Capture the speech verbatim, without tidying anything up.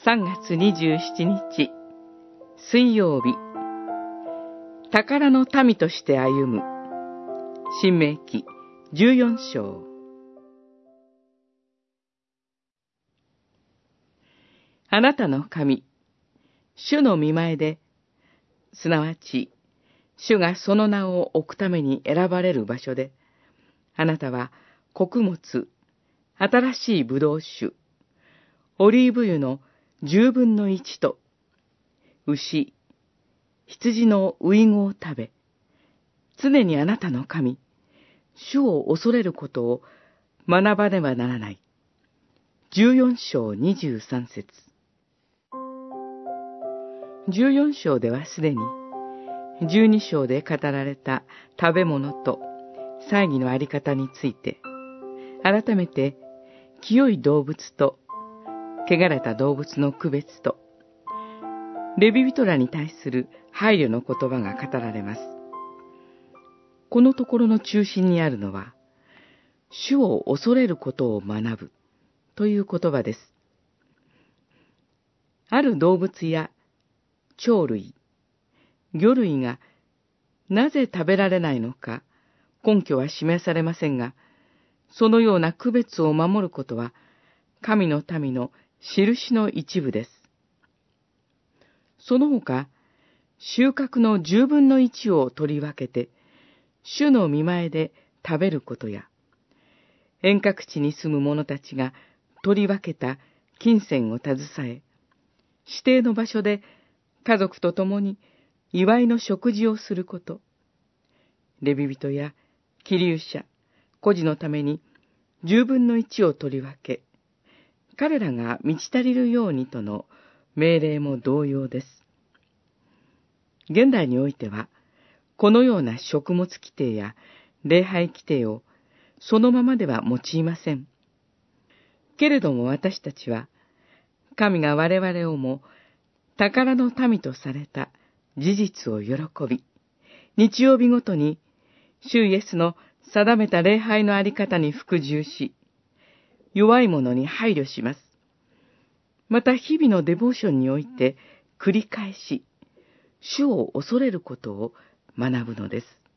さんがつにじゅうしちにち、水曜日、宝の民として歩む、申命記じゅうよんしょう。あなたの神、主の御前で、すなわち、主がその名を置くために選ばれる場所で、あなたは穀物、新しい葡萄酒、オリーブ油の十分の一と、牛、羊のウイゴを食べ、常にあなたの神、主を恐れることを学ばねばならない。じゅうよんしょうにじゅうさんせつ。じゅうよんしょうではすでに、じゅうにしょうで語られた食べ物と祭儀のあり方について、改めて清い動物と汚れた動物の区別と、レビ人らに対する配慮の言葉が語られます。このところの中心にあるのは、主を恐れることを学ぶという言葉です。ある動物や鳥類、魚類がなぜ食べられないのか根拠は示されませんが、そのような区別を守ることは神の民の印の一部です。その他、収穫の十分の一を取り分けて、主の御前で食べることや、遠隔地に住む者たちが取り分けた金銭を携え、指定の場所で家族と共に祝いの食事をすること、レビ人や寄留者、孤児のために十分の一を取り分け、彼らが満ち足りるようにとの命令も同様です。現代においては、このような食物規定や礼拝規定をそのままでは用いません。けれども私たちは、神が我々をも宝の民とされた事実を喜び、日曜日ごとに主イエスの定めた礼拝のあり方に服従し、弱い者に配慮します。また日々のデボーションにおいて繰り返し、主を恐れることを学ぶのです。